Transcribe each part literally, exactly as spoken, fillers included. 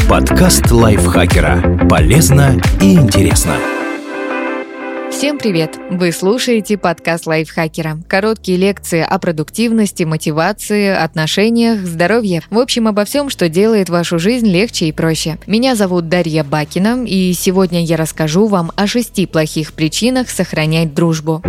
Подкаст лайфхакера. Полезно и интересно. Всем привет! Вы слушаете подкаст лайфхакера. Короткие лекции о продуктивности, мотивации, отношениях, здоровье. В общем, обо всем, что делает вашу жизнь легче и проще. Меня зовут Дарья Бакина, и сегодня я расскажу вам о шести плохих причинах сохранять дружбу.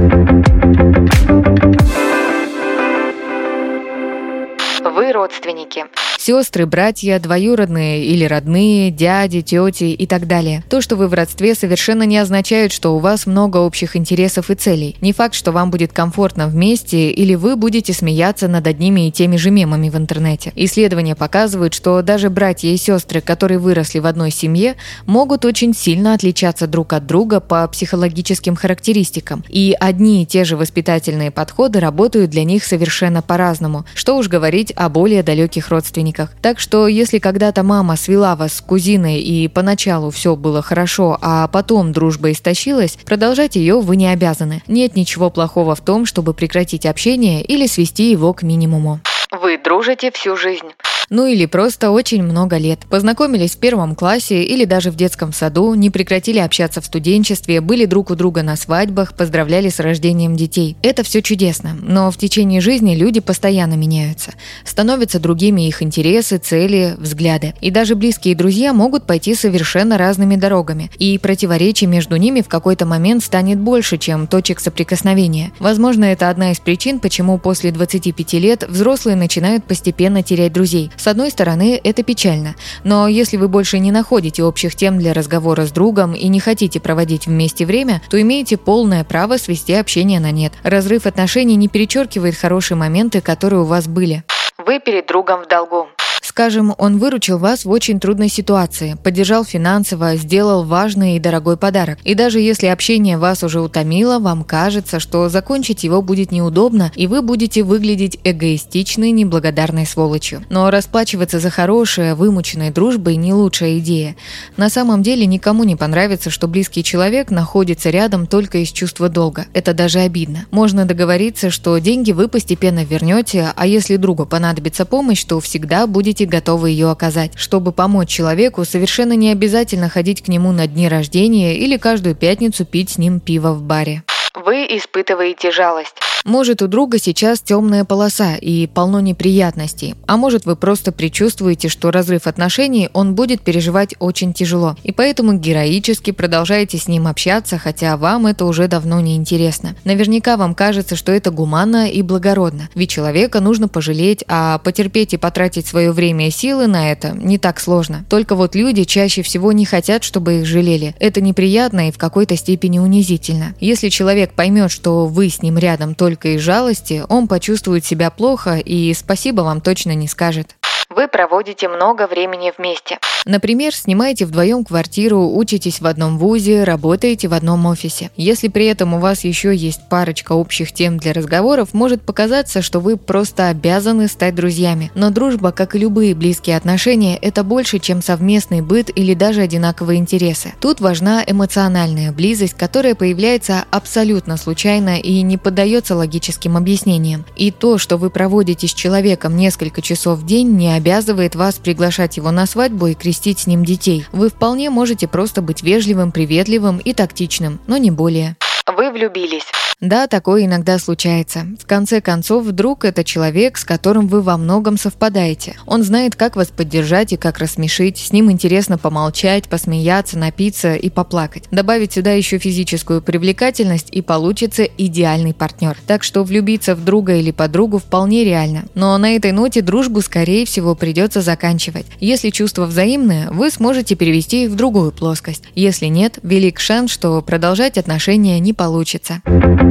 Вы родственники. Сестры, братья, двоюродные или родные, дяди, тети и так далее. То, что вы в родстве, совершенно не означает, что у вас много общих интересов и целей. Не факт, что вам будет комфортно вместе или вы будете смеяться над одними и теми же мемами в интернете. Исследования показывают, что даже братья и сестры, которые выросли в одной семье, могут очень сильно отличаться друг от друга по психологическим характеристикам. И одни и те же воспитательные подходы работают для них совершенно по-разному. Что уж говорить о более далеких родственниках. Так что, если когда-то мама свела вас с кузиной и поначалу все было хорошо, а потом дружба истощилась, продолжать ее вы не обязаны. Нет ничего плохого в том, чтобы прекратить общение или свести его к минимуму. Вы дружите всю жизнь. Ну или просто очень много лет. Познакомились в первом классе или даже в детском саду, не прекратили общаться в студенчестве, были друг у друга на свадьбах, поздравляли с рождением детей. Это все чудесно, но в течение жизни люди постоянно меняются. Становятся другими их интересы, цели, взгляды. И даже близкие друзья могут пойти совершенно разными дорогами. И противоречий между ними в какой-то момент станет больше, чем точек соприкосновения. Возможно, это одна из причин, почему после двадцати пяти лет взрослые начинают постепенно терять друзей. С одной стороны, это печально, но если вы больше не находите общих тем для разговора с другом и не хотите проводить вместе время, то имеете полное право свести общение на нет. Разрыв отношений не перечеркивает хорошие моменты, которые у вас были. Вы перед другом в долгу. Скажем, он выручил вас в очень трудной ситуации, поддержал финансово, сделал важный и дорогой подарок. И даже если общение вас уже утомило, вам кажется, что закончить его будет неудобно, и вы будете выглядеть эгоистичной, неблагодарной сволочью. Но расплачиваться за хорошее, вымученной дружбой не лучшая идея. На самом деле никому не понравится, что близкий человек находится рядом только из чувства долга. Это даже обидно. Можно договориться, что деньги вы постепенно вернете, а если другу понадобится помощь, то всегда будете готовы ее оказать. Чтобы помочь человеку, совершенно не обязательно ходить к нему на дни рождения или каждую пятницу пить с ним пиво в баре. Вы испытываете жалость. Может, у друга сейчас темная полоса и полно неприятностей, а может, вы просто предчувствуете, что разрыв отношений он будет переживать очень тяжело, и поэтому героически продолжаете с ним общаться, хотя вам это уже давно не интересно. Наверняка вам кажется, что это гуманно и благородно, ведь человека нужно пожалеть, а потерпеть и потратить свое время и силы на это не так сложно. Только вот люди чаще всего не хотят, чтобы их жалели. Это неприятно и в какой-то степени унизительно. Если человек поймет, что вы с ним рядом только Только из жалости, он почувствует себя плохо и спасибо вам точно не скажет. Вы проводите много времени вместе. Например, снимаете вдвоем квартиру, учитесь в одном вузе, работаете в одном офисе. Если при этом у вас еще есть парочка общих тем для разговоров, может показаться, что вы просто обязаны стать друзьями. Но дружба, как и любые близкие отношения, это больше, чем совместный быт или даже одинаковые интересы. Тут важна эмоциональная близость, которая появляется абсолютно случайно и не поддается логическим объяснениям. И то, что вы проводите с человеком несколько часов в день, не обязывает вас приглашать его на свадьбу и крестить с ним детей. Вы вполне можете просто быть вежливым, приветливым и тактичным, но не более. Вы влюбились. Да, такое иногда случается. В конце концов, вдруг это человек, с которым вы во многом совпадаете. Он знает, как вас поддержать и как рассмешить. С ним интересно помолчать, посмеяться, напиться и поплакать. Добавить сюда еще физическую привлекательность, и получится идеальный партнер. Так что влюбиться в друга или подругу вполне реально. Но на этой ноте дружбу, скорее всего, придется заканчивать. Если чувства взаимные, вы сможете перевести их в другую плоскость. Если нет, велик шанс, что продолжать отношения не получится.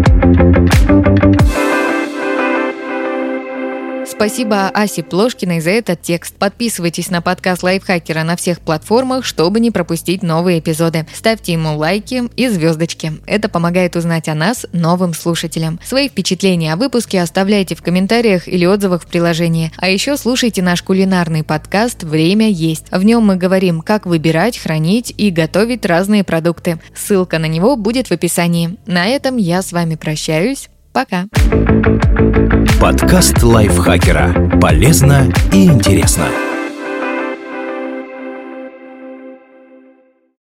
Спасибо Асе Плошкиной за этот текст. Подписывайтесь на подкаст Лайфхакера на всех платформах, чтобы не пропустить новые эпизоды. Ставьте ему лайки и звездочки. Это помогает узнать о нас новым слушателям. Свои впечатления о выпуске оставляйте в комментариях или отзывах в приложении. А еще слушайте наш кулинарный подкаст «Время есть». В нем мы говорим, как выбирать, хранить и готовить разные продукты. Ссылка на него будет в описании. На этом я с вами прощаюсь. Пока. Подкаст Лайфхакера. Полезно и интересно.